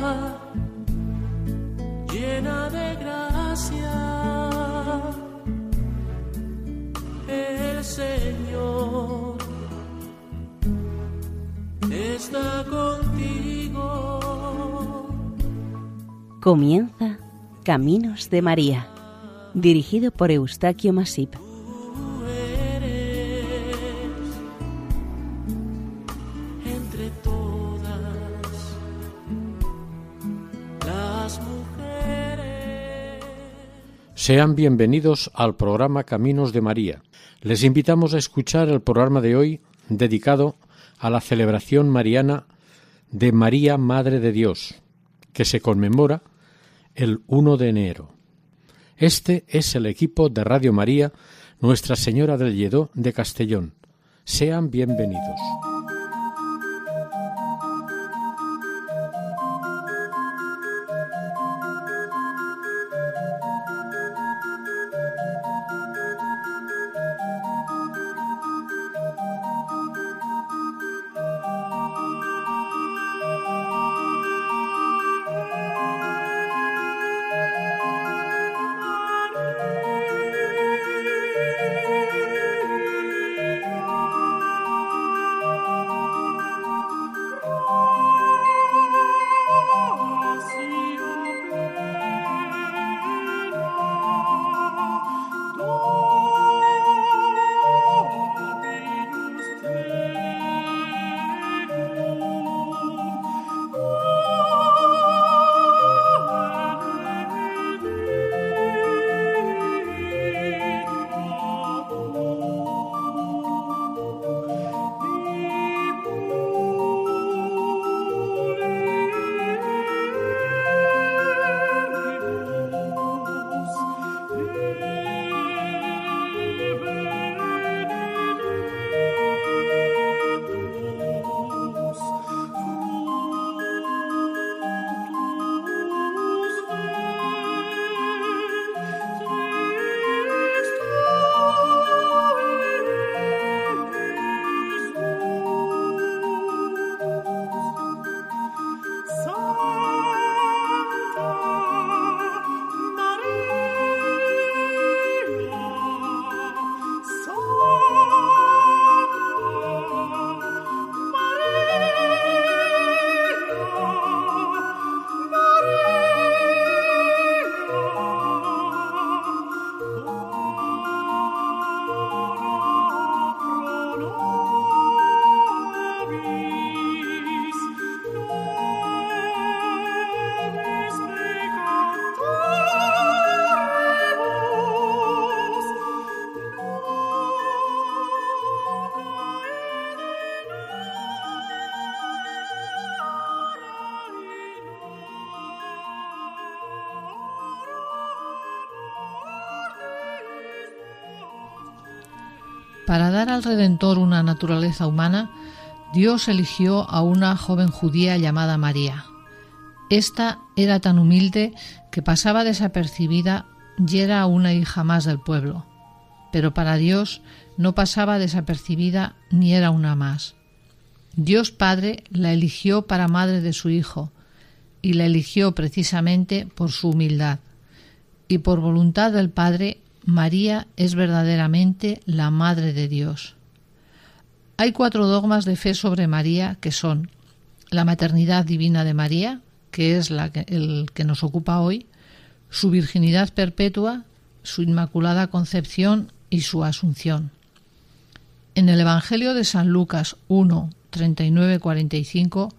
llena de gracia, el Señor está contigo. Comienza Caminos de María, dirigido por Eustaquio Masip. Sean bienvenidos al programa Caminos de María. Les invitamos a escuchar el programa de hoy dedicado a la celebración mariana de María, Madre de Dios, que se conmemora el 1 de enero. Este es el equipo de Radio María, Nuestra Señora del Lledó de Castellón. Sean bienvenidos. Para dar al Redentor una naturaleza humana, Dios eligió a una joven judía llamada María. Esta era tan humilde que pasaba desapercibida y era una hija más del pueblo. Pero para Dios no pasaba desapercibida ni era una más. Dios Padre la eligió para madre de su Hijo, y la eligió precisamente por su humildad. Y por voluntad del Padre, María es verdaderamente la Madre de Dios. Hay 4 dogmas de fe sobre María que son la maternidad divina de María, que es el que nos ocupa hoy, su virginidad perpetua, su inmaculada concepción y su asunción. En el Evangelio de San Lucas 1, 39-45,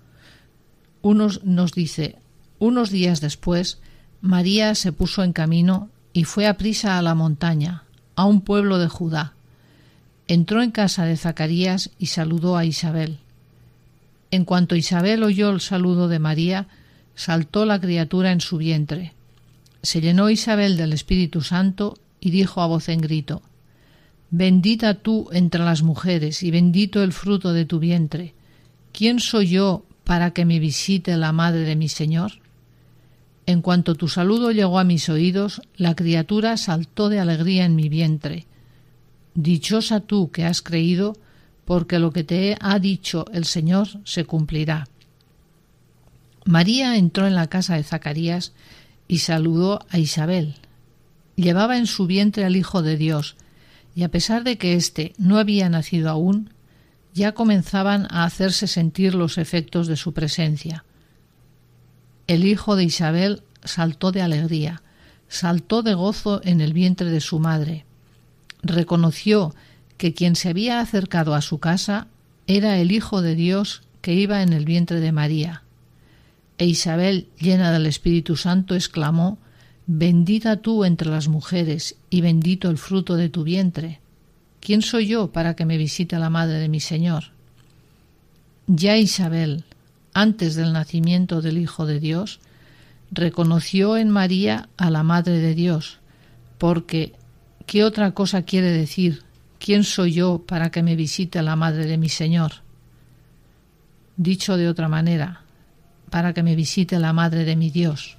nos dice: unos días después, María se puso en camino y fue aprisa a la montaña, a un pueblo de Judá. Entró en casa de Zacarías y saludó a Isabel. En cuanto Isabel oyó el saludo de María, saltó la criatura en su vientre. Se llenó Isabel del Espíritu Santo y dijo a voz en grito: Bendita tú entre las mujeres y bendito el fruto de tu vientre. ¿Quién soy yo para que me visite la madre de mi Señor? En cuanto tu saludo llegó a mis oídos, la criatura saltó de alegría en mi vientre. Dichosa tú que has creído, porque lo que te ha dicho el Señor se cumplirá. María entró en la casa de Zacarías y saludó a Isabel. Llevaba en su vientre al Hijo de Dios, y a pesar de que éste no había nacido aún, ya comenzaban a hacerse sentir los efectos de su presencia. El hijo de Isabel saltó de alegría, saltó de gozo en el vientre de su madre. Reconoció que quien se había acercado a su casa era el Hijo de Dios que iba en el vientre de María. E Isabel, llena del Espíritu Santo, exclamó: «Bendita tú entre las mujeres, y bendito el fruto de tu vientre. ¿Quién soy yo para que me visite la madre de mi Señor?». Ya Isabel, antes del nacimiento del Hijo de Dios, reconoció en María a la Madre de Dios, porque ¿qué otra cosa quiere decir? ¿Quién soy yo para que me visite la Madre de mi Señor? Dicho de otra manera, para que me visite la Madre de mi Dios.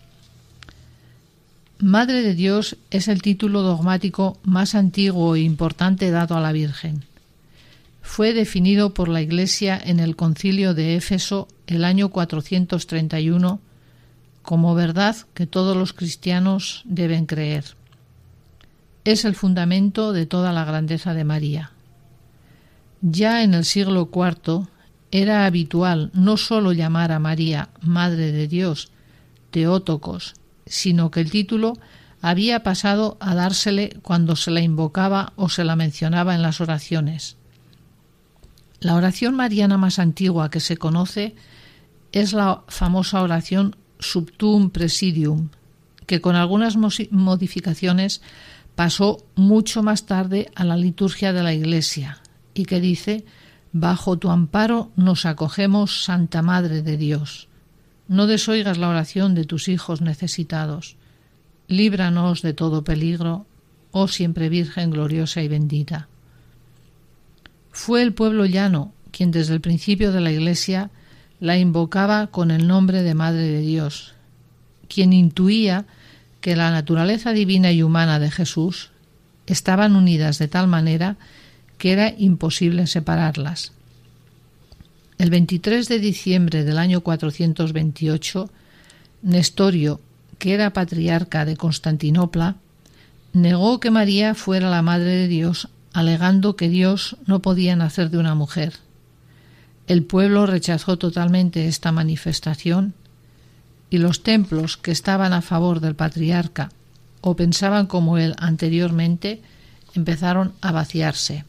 Madre de Dios es el título dogmático más antiguo e importante dado a la Virgen. Fue definido por la Iglesia en el Concilio de Éfeso el año 431 como verdad que todos los cristianos deben creer. Es el fundamento de toda la grandeza de María. Ya en el siglo IV era habitual no sólo llamar a María Madre de Dios, Teótocos, sino que el título había pasado a dársele cuando se la invocaba o se la mencionaba en las oraciones. La oración mariana más antigua que se conoce es la famosa oración Subtuum Presidium, que con algunas modificaciones pasó mucho más tarde a la liturgia de la Iglesia y que dice: «Bajo tu amparo nos acogemos, Santa Madre de Dios. No desoigas la oración de tus hijos necesitados. Líbranos de todo peligro, oh siempre Virgen gloriosa y bendita». Fue el pueblo llano quien desde el principio de la Iglesia la invocaba con el nombre de Madre de Dios, quien intuía que la naturaleza divina y humana de Jesús estaban unidas de tal manera que era imposible separarlas. El 23 de diciembre del año 428, Nestorio, que era patriarca de Constantinopla, negó que María fuera la Madre de Dios, alegando que Dios no podía nacer de una mujer. El pueblo rechazó totalmente esta manifestación y los templos que estaban a favor del patriarca o pensaban como él anteriormente empezaron a vaciarse.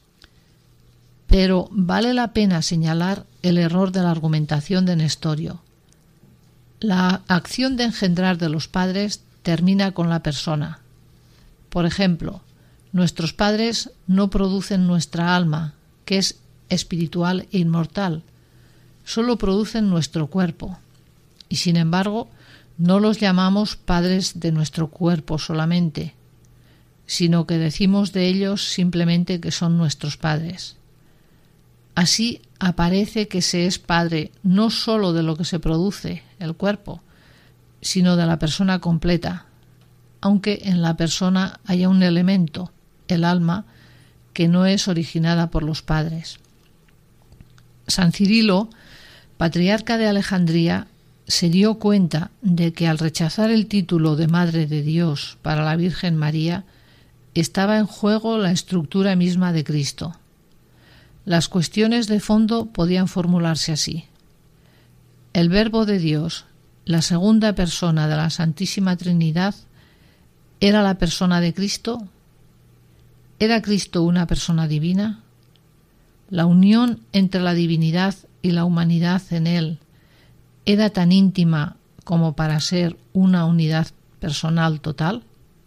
Pero vale la pena señalar el error de la argumentación de Nestorio. La acción de engendrar de los padres termina con la persona. Por ejemplo, nuestros padres no producen nuestra alma, que es espiritual e inmortal, solo producen nuestro cuerpo, y sin embargo no los llamamos padres de nuestro cuerpo solamente, sino que decimos de ellos simplemente que son nuestros padres. Así aparece que se es padre no sólo de lo que se produce, el cuerpo, sino de la persona completa, aunque en la persona haya un elemento, el alma, que no es originada por los padres. San Cirilo, patriarca de Alejandría, se dio cuenta de que al rechazar el título de Madre de Dios para la Virgen María, estaba en juego la estructura misma de Cristo. Las cuestiones de fondo podían formularse así. ¿El Verbo de Dios, la segunda persona de la Santísima Trinidad, era la persona de Cristo? ¿Era Cristo una persona divina? La unión entre la divinidad y la humanidad en él era tan íntima como para ser una unidad personal total.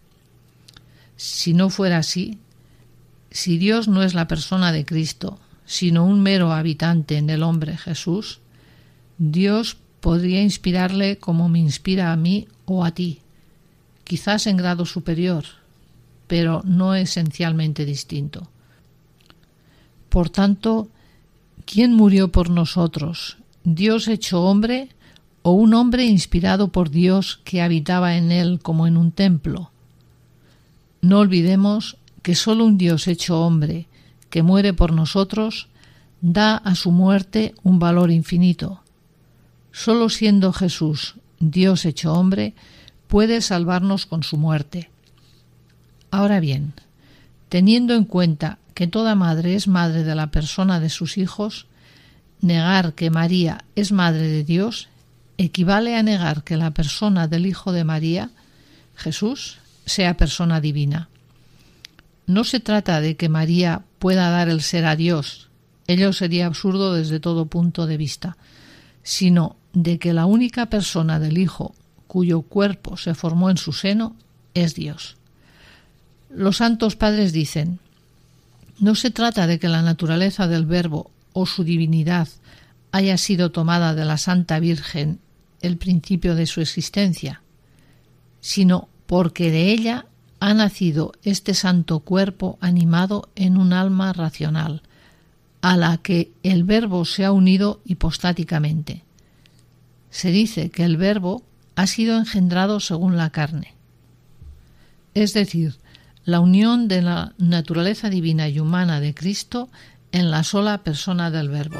Si no fuera así, si Dios no es la persona de Cristo, sino un mero habitante en el hombre Jesús, Dios podría inspirarle como me inspira a mí o a ti, quizás en grado superior, pero no esencialmente distinto. Por tanto, ¿quién murió por nosotros? ¿Dios hecho hombre o un hombre inspirado por Dios que habitaba en él como en un templo? No olvidemos que sólo un Dios hecho hombre que muere por nosotros da a su muerte un valor infinito. Solo siendo Jesús, Dios hecho hombre, puede salvarnos con su muerte. Ahora bien, teniendo en cuenta que toda madre es madre de la persona de sus hijos, negar que María es madre de Dios equivale a negar que la persona del Hijo de María, Jesús, sea persona divina. No se trata de que María pueda dar el ser a Dios, ello sería absurdo desde todo punto de vista, sino de que la única persona del Hijo cuyo cuerpo se formó en su seno es Dios. Los santos padres dicen: no se trata de que la naturaleza del Verbo o su divinidad haya sido tomada de la Santa Virgen el principio de su existencia, sino porque de ella ha nacido este santo cuerpo animado en un alma racional, a la que el Verbo se ha unido hipostáticamente. Se dice que el Verbo ha sido engendrado según la carne, es decir, la unión de la naturaleza divina y humana de Cristo en la sola persona del Verbo.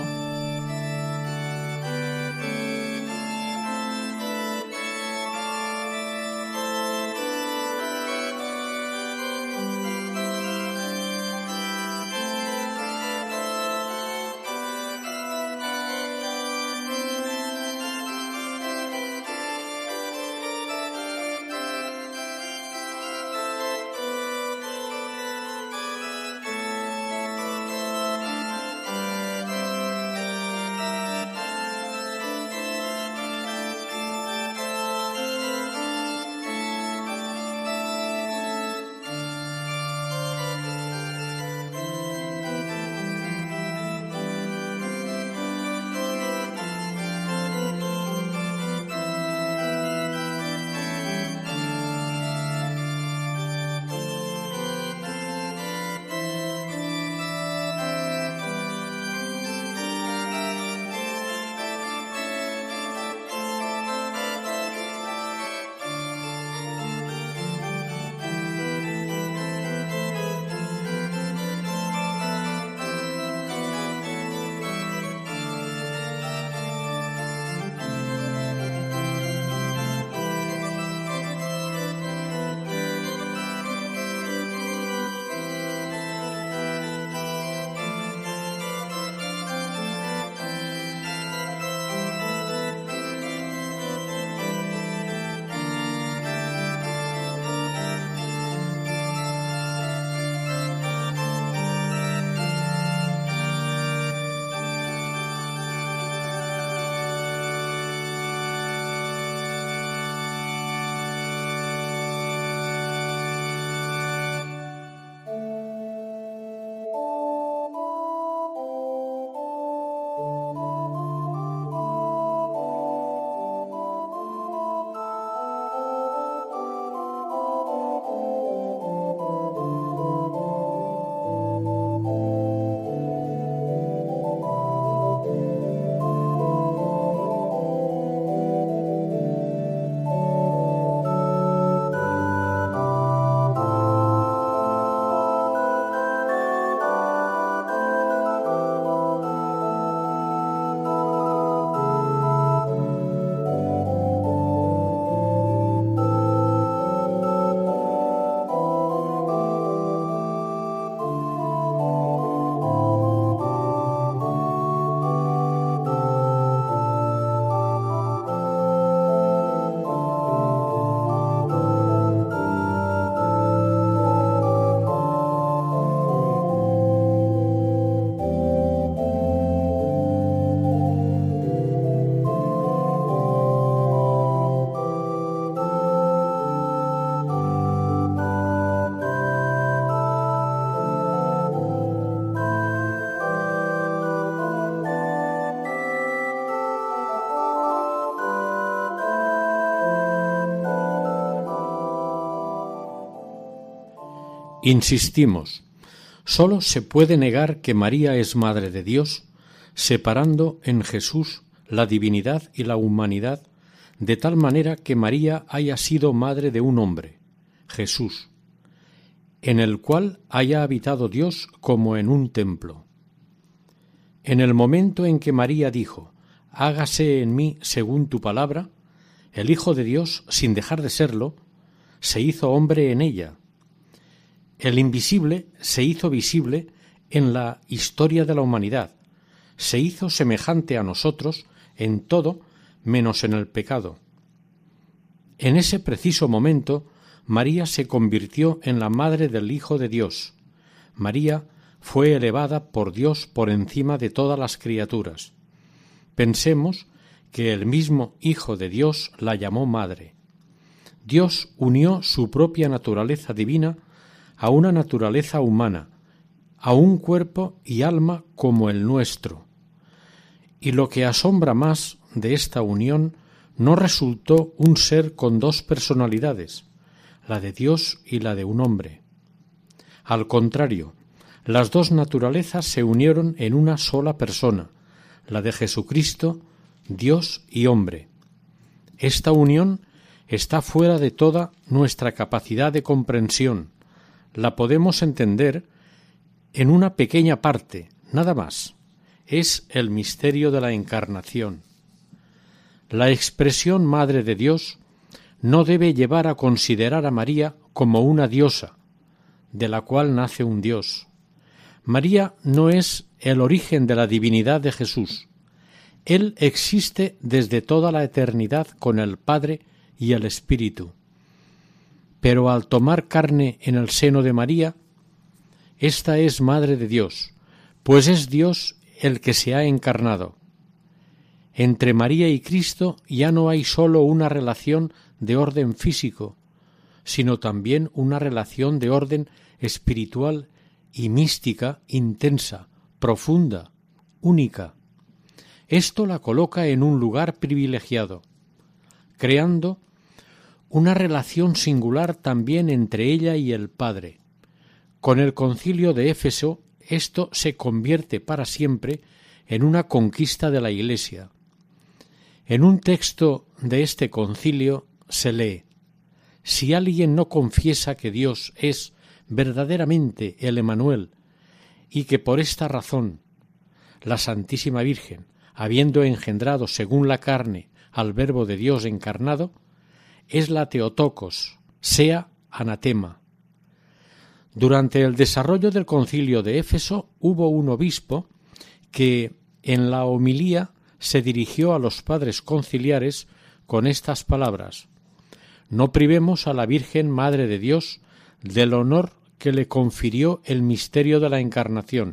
Insistimos, sólo se puede negar que María es Madre de Dios, separando en Jesús la divinidad y la humanidad, de tal manera que María haya sido madre de un hombre, Jesús, en el cual haya habitado Dios como en un templo. En el momento en que María dijo: hágase en mí según tu palabra, el Hijo de Dios, sin dejar de serlo, se hizo hombre en ella. El invisible se hizo visible en la historia de la humanidad, se hizo semejante a nosotros en todo menos en el pecado. En ese preciso momento, María se convirtió en la madre del Hijo de Dios. María fue elevada por Dios por encima de todas las criaturas. Pensemos que el mismo Hijo de Dios la llamó madre. Dios unió su propia naturaleza divina a una naturaleza humana, a un cuerpo y alma como el nuestro. Y lo que asombra más de esta unión no resultó un ser con dos personalidades, la de Dios y la de un hombre. Al contrario, las dos naturalezas se unieron en una sola persona, la de Jesucristo, Dios y hombre. Esta unión está fuera de toda nuestra capacidad de comprensión. La podemos entender en una pequeña parte, nada más. Es el misterio de la encarnación. La expresión Madre de Dios no debe llevar a considerar a María como una diosa, de la cual nace un Dios. María no es el origen de la divinidad de Jesús. Él existe desde toda la eternidad con el Padre y el Espíritu. Pero al tomar carne en el seno de María, ésta es Madre de Dios, pues es Dios el que se ha encarnado. Entre María y Cristo ya no hay sólo una relación de orden físico, sino también una relación de orden espiritual y mística intensa, profunda, única. Esto la coloca en un lugar privilegiado, creando una relación singular también entre ella y el Padre. Con el Concilio de Éfeso, esto se convierte para siempre en una conquista de la Iglesia. En un texto de este concilio se lee: si alguien no confiesa que Dios es verdaderamente el Emmanuel y que por esta razón la Santísima Virgen, habiendo engendrado según la carne al Verbo de Dios encarnado, es la Theotokos, sea anatema. Durante el desarrollo del concilio de Éfeso hubo un obispo que en la homilía se dirigió a los padres conciliares con estas palabras: no privemos a la Virgen Madre de Dios del honor que le confirió el misterio de la Encarnación.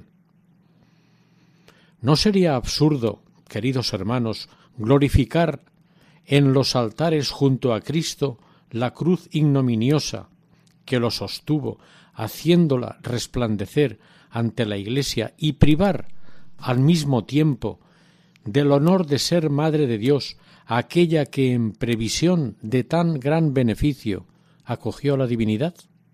¿No sería absurdo, queridos hermanos, glorificar en los altares junto a Cristo la cruz ignominiosa que lo sostuvo, haciéndola resplandecer ante la Iglesia, y privar al mismo tiempo del honor de ser Madre de Dios a aquella que en previsión de tan gran beneficio acogió la divinidad?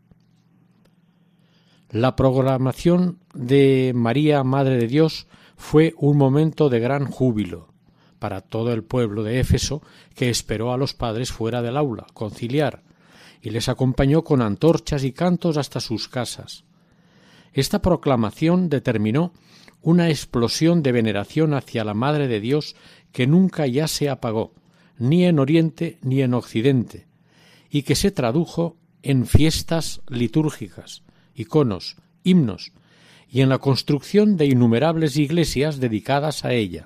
La proclamación de María, Madre de Dios, fue un momento de gran júbilo para todo el pueblo de Éfeso, que esperó a los padres fuera del aula conciliar y les acompañó con antorchas y cantos hasta sus casas. Esta proclamación determinó una explosión de veneración hacia la Madre de Dios que nunca ya se apagó, ni en Oriente ni en Occidente, y que se tradujo en fiestas litúrgicas, iconos, himnos, y en la construcción de innumerables iglesias dedicadas a ella.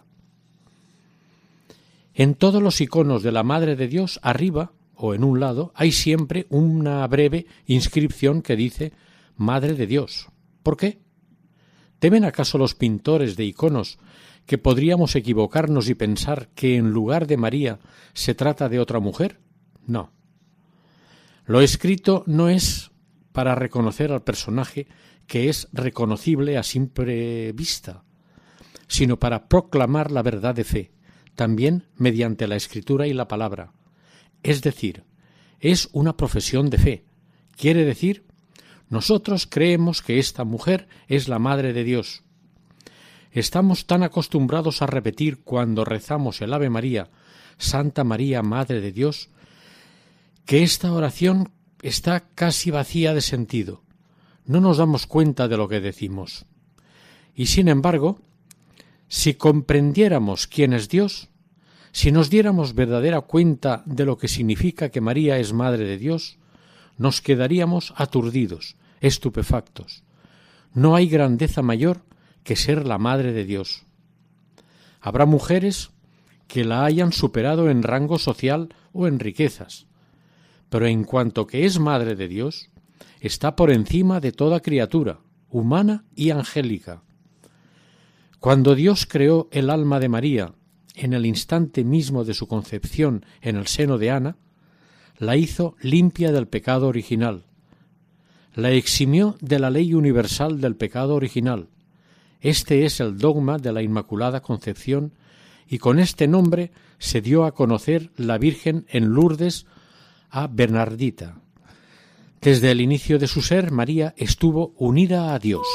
En todos los iconos de la Madre de Dios, arriba o en un lado, hay siempre una breve inscripción que dice Madre de Dios. ¿Por qué? ¿Temen acaso los pintores de iconos que podríamos equivocarnos y pensar que en lugar de María se trata de otra mujer? No. Lo escrito no es para reconocer al personaje, que es reconocible a simple vista, sino para proclamar la verdad de fe, también mediante la escritura y la palabra. Es decir, es una profesión de fe. Quiere decir, nosotros creemos que esta mujer es la Madre de Dios. Estamos tan acostumbrados a repetir cuando rezamos el Ave María, Santa María, Madre de Dios, que esta oración está casi vacía de sentido. No nos damos cuenta de lo que decimos. Y sin embargo, Si comprendiéramos quién es Dios, si nos diéramos verdadera cuenta de lo que significa que María es Madre de Dios, nos quedaríamos aturdidos, estupefactos. No hay grandeza mayor que ser la Madre de Dios. Habrá mujeres que la hayan superado en rango social o en riquezas, pero en cuanto que es Madre de Dios, está por encima de toda criatura, humana y angélica. Cuando Dios creó el alma de María en el instante mismo de su concepción en el seno de Ana, la hizo limpia del pecado original, la eximió de la ley universal del pecado original. Este es el dogma de la Inmaculada Concepción, y con este nombre se dio a conocer la Virgen en Lourdes a Bernardita. Desde el inicio de su ser, María estuvo unida a Dios.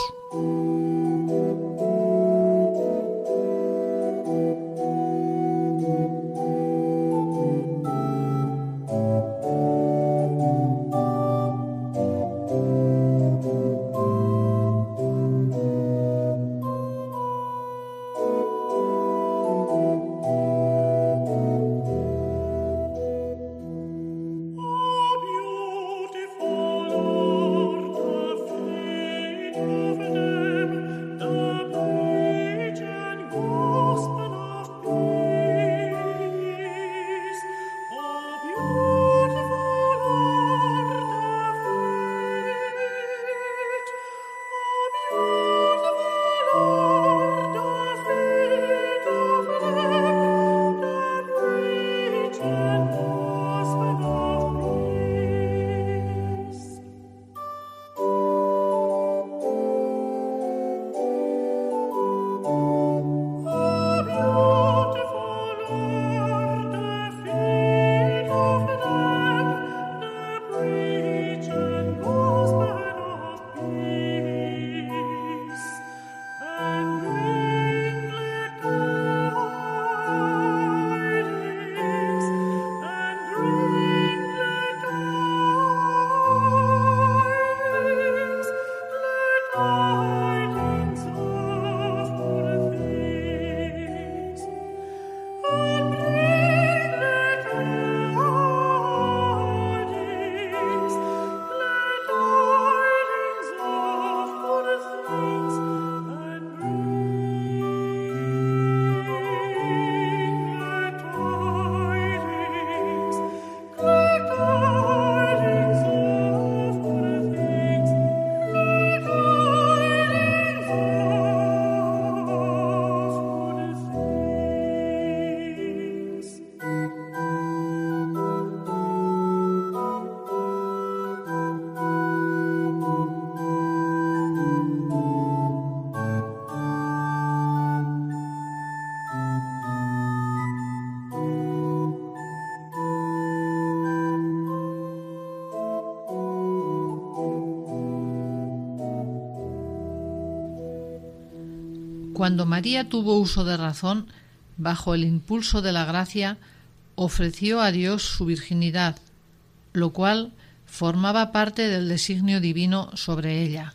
Cuando María tuvo uso de razón, bajo el impulso de la gracia, ofreció a Dios su virginidad, lo cual formaba parte del designio divino sobre ella.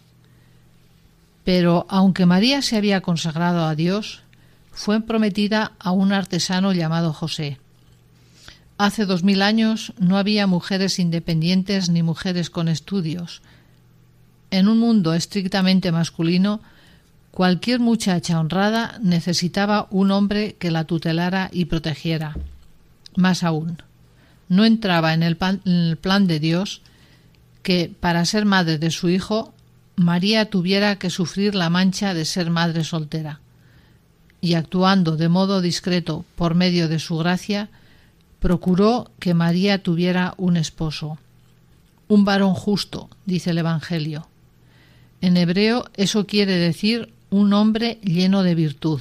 Pero aunque María se había consagrado a Dios, fue prometida a un artesano llamado José. Hace 2000 años no había mujeres independientes ni mujeres con estudios. En un mundo estrictamente masculino, cualquier muchacha honrada necesitaba un hombre que la tutelara y protegiera. Más aún, no entraba en el plan de Dios que, para ser madre de su hijo, María tuviera que sufrir la mancha de ser madre soltera. Y actuando de modo discreto por medio de su gracia, procuró que María tuviera un esposo. Un varón justo, dice el Evangelio. En hebreo eso quiere decir un hombre lleno de virtud.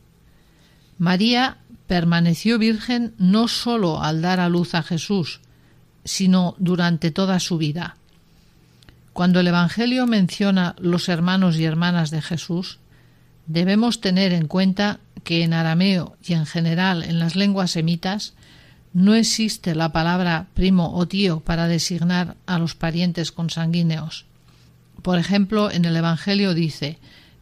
María permaneció virgen no sólo al dar a luz a Jesús, sino durante toda su vida. Cuando el Evangelio menciona los hermanos y hermanas de Jesús, debemos tener en cuenta que en arameo y en general en las lenguas semitas no existe la palabra primo o tío para designar a los parientes consanguíneos. Por ejemplo, en el Evangelio dice: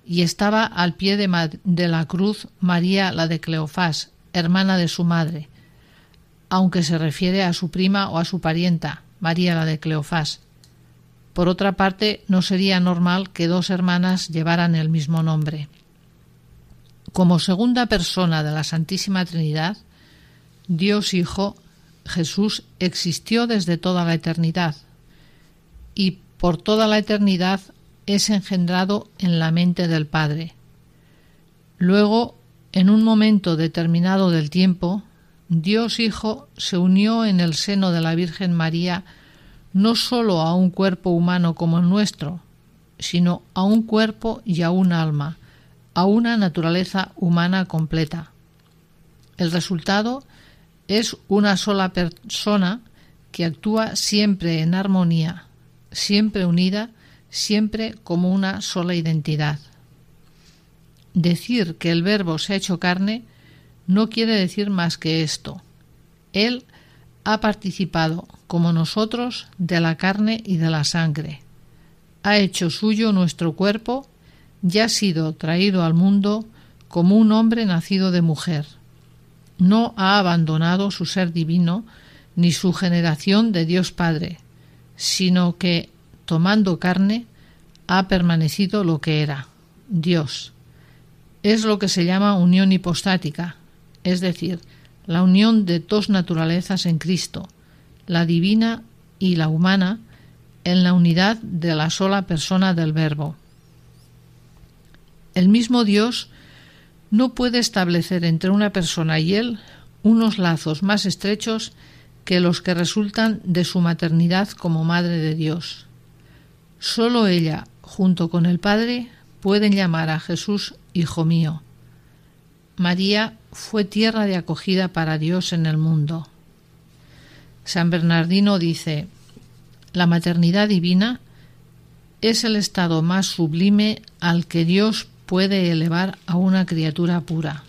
y estaba al pie de la cruz María la de Cleofás, hermana de su madre, aunque se refiere a su prima o a su parienta, María la de Cleofás. Por otra parte, no sería normal que dos hermanas llevaran el mismo nombre. Como segunda persona de la Santísima Trinidad, Dios Hijo, Jesús existió desde toda la eternidad y por toda la eternidad es engendrado en la mente del Padre. Luego, en un momento determinado del tiempo, Dios Hijo se unió en el seno de la Virgen María no sólo a un cuerpo humano como el nuestro, sino a un cuerpo y a un alma, a una naturaleza humana completa. El resultado es una sola persona que actúa siempre en armonía, siempre unida, siempre como una sola identidad. Decir que el Verbo se ha hecho carne no quiere decir más que esto. Él ha participado, como nosotros, de la carne y de la sangre. Ha hecho suyo nuestro cuerpo y ha sido traído al mundo como un hombre nacido de mujer. No ha abandonado su ser divino ni su generación de Dios Padre, sino que, tomando carne, ha permanecido lo que era, Dios. Es lo que se llama unión hipostática, es decir, la unión de dos naturalezas en Cristo, la divina y la humana, en la unidad de la sola persona del Verbo. El mismo Dios no puede establecer entre una persona y Él unos lazos más estrechos que los que resultan de su maternidad como Madre de Dios. Sólo ella, junto con el Padre, pueden llamar a Jesús Hijo mío. María fue tierra de acogida para Dios en el mundo. San Bernardino dice: la maternidad divina es el estado más sublime al que Dios puede elevar a una criatura pura.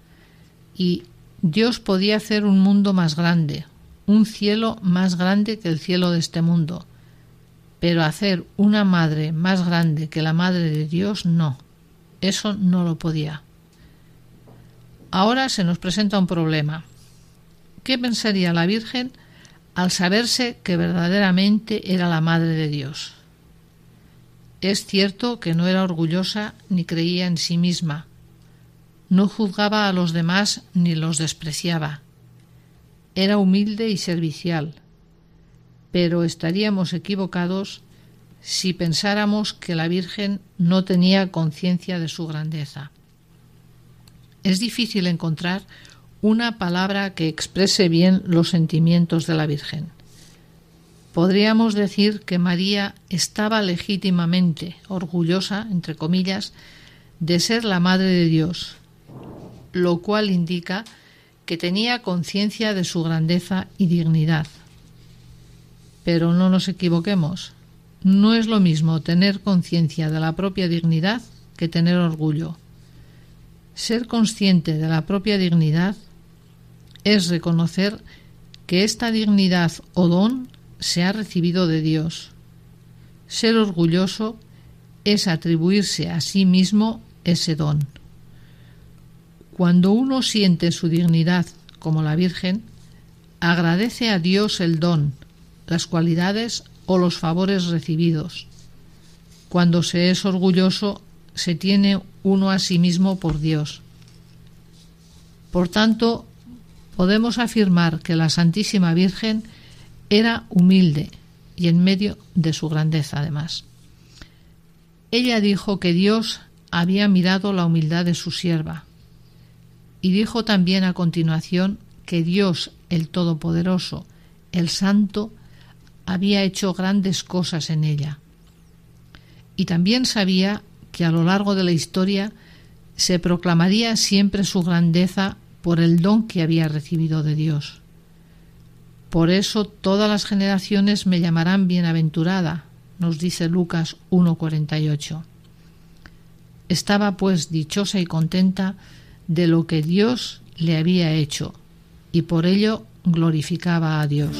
Y Dios podía hacer un mundo más grande, un cielo más grande que el cielo de este mundo, pero hacer una madre más grande que la Madre de Dios no, eso no lo podía. Ahora se nos presenta un problema. ¿Qué pensaría la Virgen al saberse que verdaderamente era la Madre de Dios? Es cierto que no era orgullosa ni creía en sí misma. No juzgaba a los demás ni los despreciaba. Era humilde y servicial. Pero estaríamos equivocados si pensáramos que la Virgen no tenía conciencia de su grandeza. Es difícil encontrar una palabra que exprese bien los sentimientos de la Virgen. Podríamos decir que María estaba legítimamente orgullosa, entre comillas, de ser la Madre de Dios, lo cual indica que tenía conciencia de su grandeza y dignidad. Pero no nos equivoquemos, no es lo mismo tener conciencia de la propia dignidad que tener orgullo. Ser consciente de la propia dignidad es reconocer que esta dignidad o don se ha recibido de Dios. Ser orgulloso es atribuirse a sí mismo ese don. Cuando uno siente su dignidad como la Virgen, agradece a Dios el don, las cualidades o los favores recibidos. Cuando se es orgulloso, se tiene uno a sí mismo por Dios. Por tanto, podemos afirmar que la Santísima Virgen era humilde y en medio de su grandeza, además. Ella dijo que Dios había mirado la humildad de su sierva y dijo también a continuación que Dios, el Todopoderoso, el Santo, había hecho grandes cosas en ella. Y también sabía que a lo largo de la historia se proclamaría siempre su grandeza por el don que había recibido de Dios. Por eso todas las generaciones me llamarán bienaventurada, nos dice Lucas 1:48. Estaba pues dichosa y contenta de lo que Dios le había hecho, y por ello glorificaba a Dios.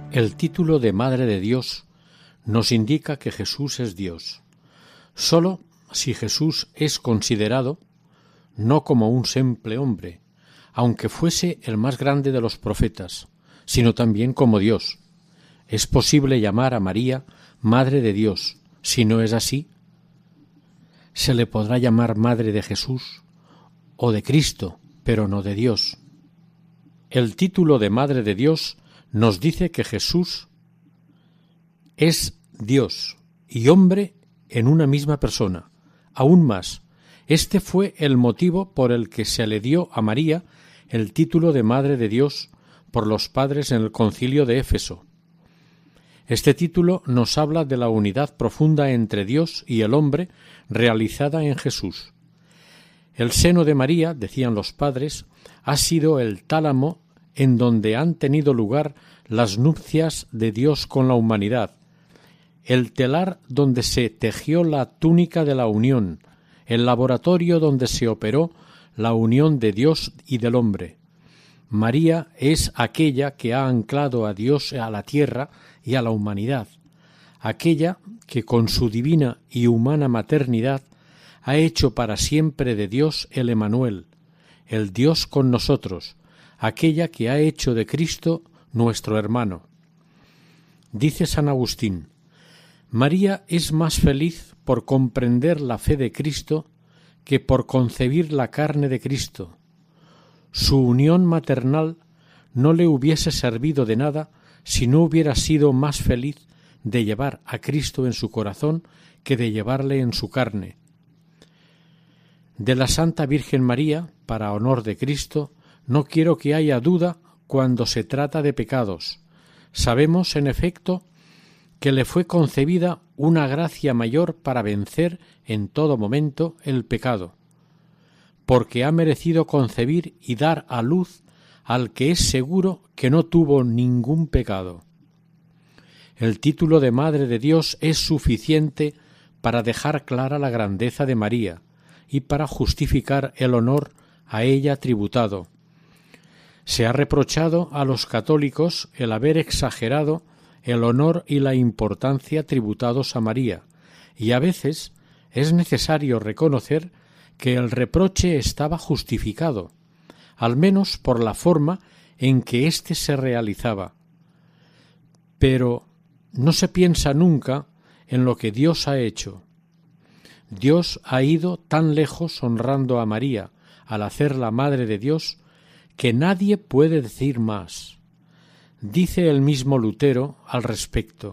El título de Madre de Dios nos indica que Jesús es Dios. Sólo si Jesús es considerado no como un simple hombre, aunque fuese el más grande de los profetas, sino también como Dios. Es posible llamar a María Madre de Dios. Si no es así, se le podrá llamar Madre de Jesús o de Cristo, pero no de Dios. El título de Madre de Dios nos dice que Jesús es Dios y hombre en una misma persona. Aún más, este fue el motivo por el que se le dio a María el título de Madre de Dios por los padres en el Concilio de Éfeso. Este título nos habla de la unidad profunda entre Dios y el hombre realizada en Jesús. El seno de María, decían los padres, ha sido el tálamo en donde han tenido lugar las nupcias de Dios con la humanidad, el telar donde se tejió la túnica de la unión, el laboratorio donde se operó la unión de Dios y del hombre. María es aquella que ha anclado a Dios a la tierra y a la humanidad, aquella que con su divina y humana maternidad ha hecho para siempre de Dios el Emanuel, el Dios con nosotros, aquella que ha hecho de Cristo nuestro hermano. Dice San Agustín: María es más feliz por comprender la fe de Cristo que por concebir la carne de Cristo. Su unión maternal no le hubiese servido de nada si no hubiera sido más feliz de llevar a Cristo en su corazón que de llevarle en su carne. De la Santa Virgen María, para honor de Cristo, no quiero que haya duda cuando se trata de pecados. Sabemos, en efecto, que le fue concebida una gracia mayor para vencer en todo momento el pecado, porque ha merecido concebir y dar a luz al que es seguro que no tuvo ningún pecado. El título de Madre de Dios es suficiente para dejar clara la grandeza de María y para justificar el honor a ella tributado. Se ha reprochado a los católicos el haber exagerado el honor y la importancia tributados a María, y a veces es necesario reconocer que el reproche estaba justificado, al menos por la forma en que éste se realizaba. Pero no se piensa nunca en lo que Dios ha hecho. Dios ha ido tan lejos honrando a María al hacerla Madre de Dios que nadie puede decir más. Dice el mismo Lutero al respecto: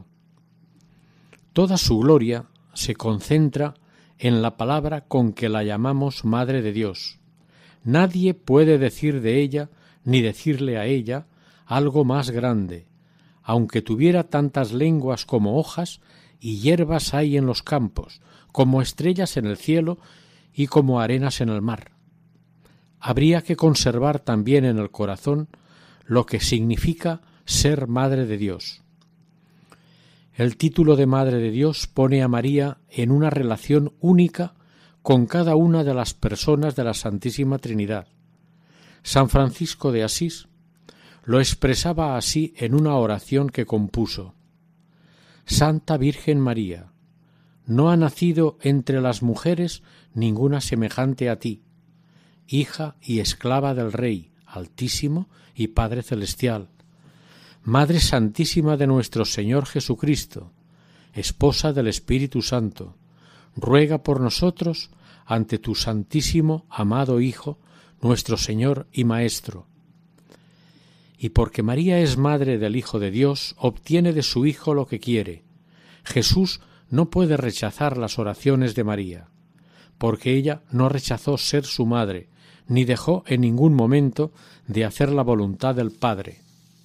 toda su gloria se concentra en la palabra con que la llamamos Madre de Dios. Nadie puede decir de ella ni decirle a ella algo más grande, aunque tuviera tantas lenguas como hojas y hierbas hay en los campos, como estrellas en el cielo y como arenas en el mar. Habría que conservar también en el corazón lo que significa ser Madre de Dios. El título de Madre de Dios pone a María en una relación única con cada una de las personas de la Santísima Trinidad. San Francisco de Asís lo expresaba así en una oración que compuso: Santa Virgen María, no ha nacido entre las mujeres ninguna semejante a ti, hija y esclava del Rey Altísimo y Padre Celestial, Madre Santísima de nuestro Señor Jesucristo, Esposa del Espíritu Santo, ruega por nosotros ante tu Santísimo, amado Hijo, nuestro Señor y Maestro. Y porque María es Madre del Hijo de Dios, obtiene de su Hijo lo que quiere. Jesús no puede rechazar las oraciones de María, porque ella no rechazó ser su madre, ni dejó en ningún momento de hacer la voluntad del Padre.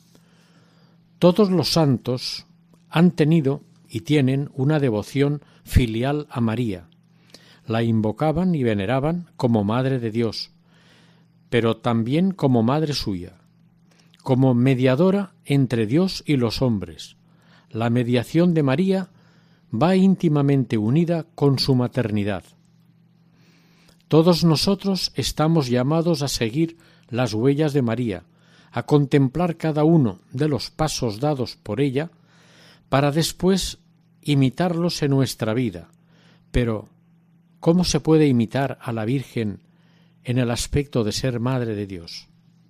Todos los santos han tenido y tienen una devoción filial a María. La invocaban y veneraban como Madre de Dios, pero también como Madre suya, como mediadora entre Dios y los hombres. La mediación de María va íntimamente unida con su maternidad. Todos nosotros estamos llamados a seguir las huellas de María, a contemplar cada uno de los pasos dados por ella, para después imitarlos en nuestra vida. Pero, ¿cómo se puede imitar a la Virgen en el aspecto de ser Madre de Dios?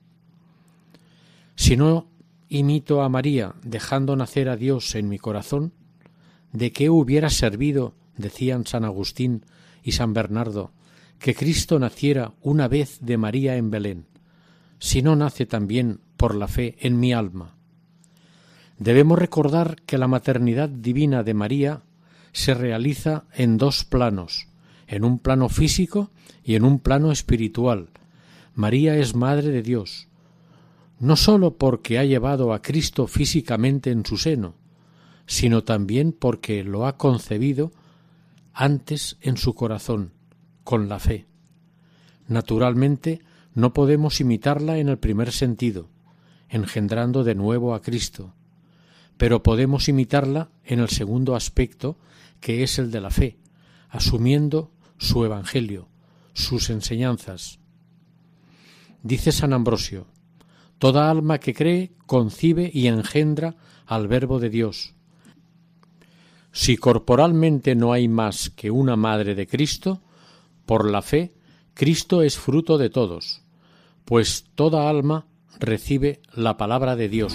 Si no imito a María dejando nacer a Dios en mi corazón, ¿de qué hubiera servido, decían San Agustín y San Bernardo, que Cristo naciera una vez de María en Belén, si no nace también por la fe en mi alma? Debemos recordar que la maternidad divina de María se realiza en dos planos, en un plano físico y en un plano espiritual. María es Madre de Dios, no sólo porque ha llevado a Cristo físicamente en su seno, sino también porque lo ha concebido antes en su corazón, con la fe. Naturalmente, no podemos imitarla en el primer sentido, engendrando de nuevo a Cristo, pero podemos imitarla en el segundo aspecto, que es el de la fe, asumiendo su evangelio, sus enseñanzas. Dice San Ambrosio: toda alma que cree concibe y engendra al Verbo de Dios. Si corporalmente no hay más que una Madre de Cristo, por la fe, Cristo es fruto de todos, pues toda alma recibe la palabra de Dios.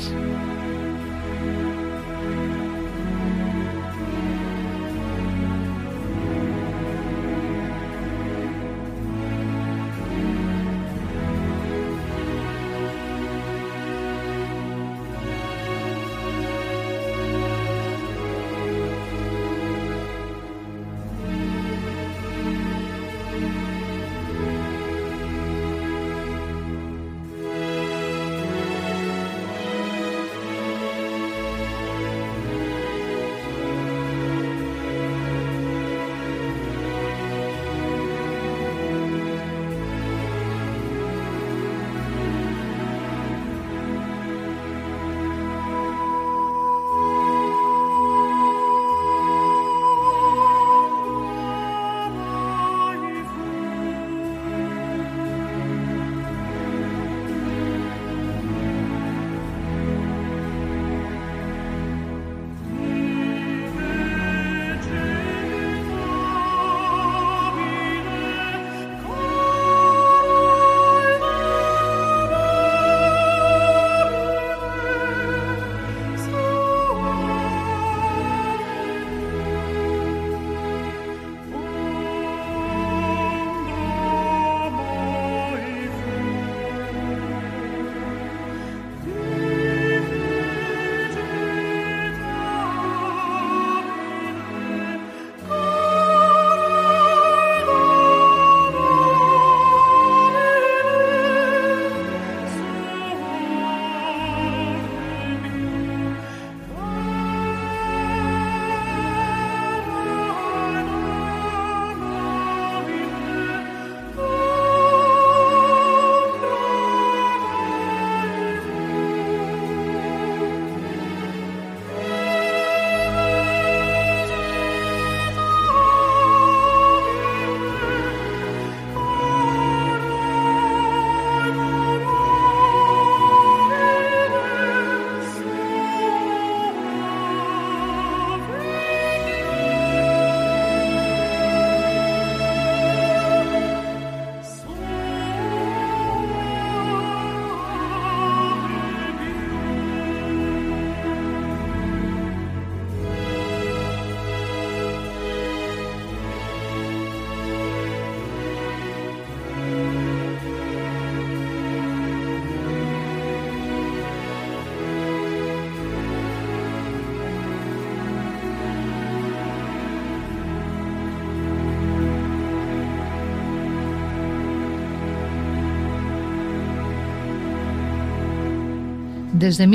Desde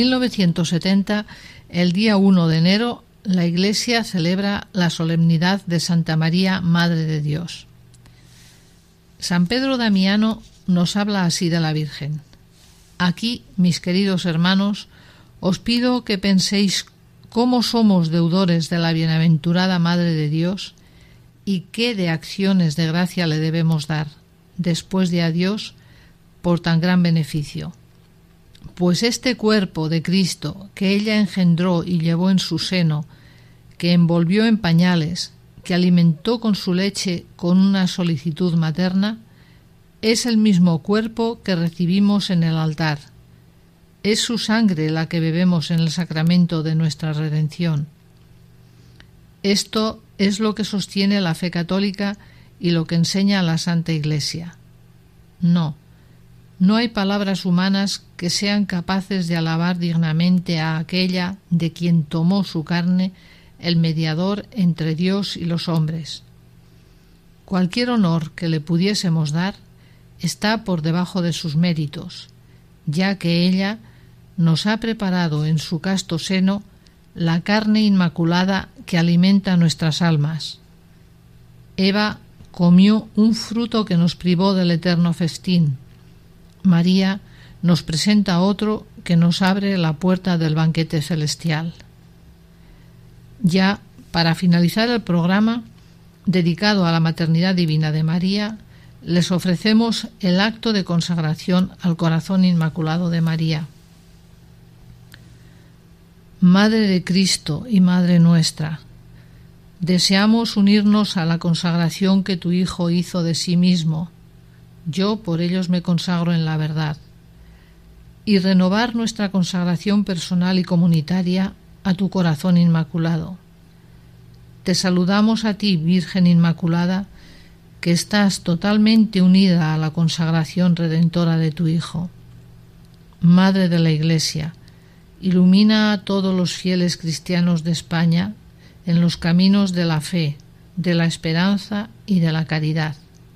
1970, el día 1 de enero, la Iglesia celebra la solemnidad de Santa María, Madre de Dios. San Pedro Damiano nos habla así de la Virgen. Aquí, mis queridos hermanos, os pido que penséis cómo somos deudores de la bienaventurada Madre de Dios y qué de acciones de gracia le debemos dar, después de a Dios, por tan gran beneficio. Pues este cuerpo de Cristo que ella engendró y llevó en su seno, que envolvió en pañales, que alimentó con su leche con una solicitud materna, es el mismo cuerpo que recibimos en el altar. Es su sangre la que bebemos en el sacramento de nuestra redención. Esto es lo que sostiene la fe católica y lo que enseña la Santa Iglesia. No hay palabras humanas que sean capaces de alabar dignamente a aquella de quien tomó su carne el mediador entre Dios y los hombres. Cualquier honor que le pudiésemos dar está por debajo de sus méritos, ya que ella nos ha preparado en su casto seno la carne inmaculada que alimenta nuestras almas. Eva comió un fruto que nos privó del eterno festín. María nos presenta otro que nos abre la puerta del banquete celestial. Ya para finalizar el programa dedicado a la maternidad divina de María, les ofrecemos el acto de consagración al corazón inmaculado de María. Madre de Cristo y Madre nuestra, deseamos unirnos a la consagración que tu Hijo hizo de sí mismo. Yo por ellos me consagro en la verdad. Y renovar nuestra consagración personal y comunitaria a tu corazón inmaculado. Te saludamos a ti, Virgen Inmaculada, que estás totalmente unida a la consagración redentora de tu Hijo. Madre de la Iglesia, ilumina a todos los fieles cristianos de España en los caminos de la fe, de la esperanza y de la caridad.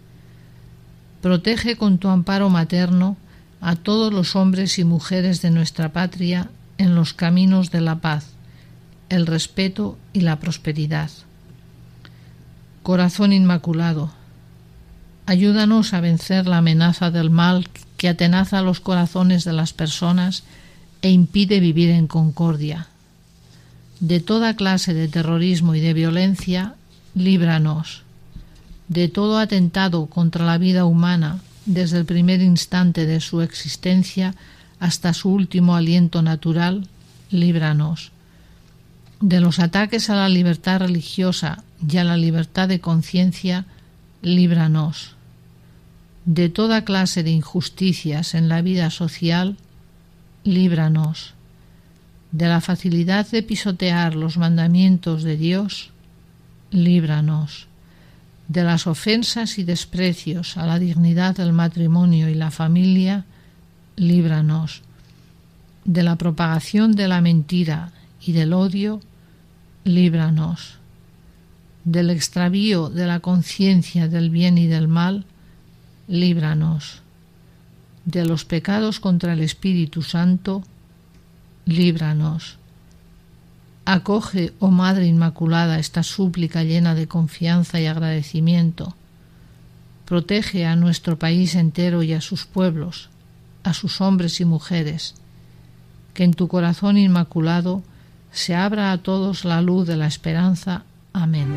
Protege con tu amparo materno a todos los hombres y mujeres de nuestra patria en los caminos de la paz, el respeto y la prosperidad. Corazón Inmaculado, ayúdanos a vencer la amenaza del mal que atenaza los corazones de las personas e impide vivir en concordia. De toda clase de terrorismo y de violencia, líbranos. De todo atentado contra la vida humana, desde el primer instante de su existencia hasta su último aliento natural, líbranos. De los ataques a la libertad religiosa y a la libertad de conciencia, líbranos. De toda clase de injusticias en la vida social, líbranos. De la facilidad de pisotear los mandamientos de Dios, líbranos. De las ofensas y desprecios a la dignidad del matrimonio y la familia, líbranos. De la propagación de la mentira y del odio, líbranos. Del extravío de la conciencia del bien y del mal, líbranos. De los pecados contra el Espíritu Santo, líbranos. Acoge, oh Madre Inmaculada, esta súplica llena de confianza y agradecimiento. Protege a nuestro país entero y a sus pueblos, a sus hombres y mujeres. Que en tu corazón inmaculado se abra a todos la luz de la esperanza. Amén.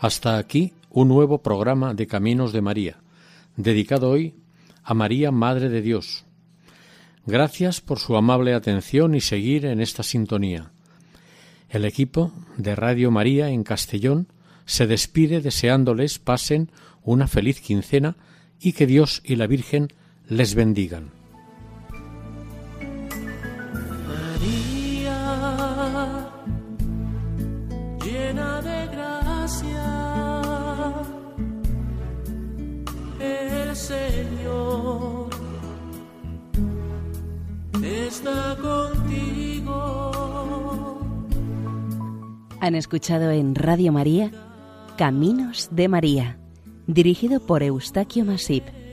Hasta aquí un nuevo programa de Caminos de María, dedicado hoy a María, Madre de Dios. Gracias por su amable atención y seguir en esta sintonía. El equipo de Radio María en Castellón se despide deseándoles pasen una feliz quincena y que Dios y la Virgen les bendigan. María, llena de gracia, el Señor está contigo. Han escuchado en Radio María Caminos de María, dirigido por Eustaquio Masip.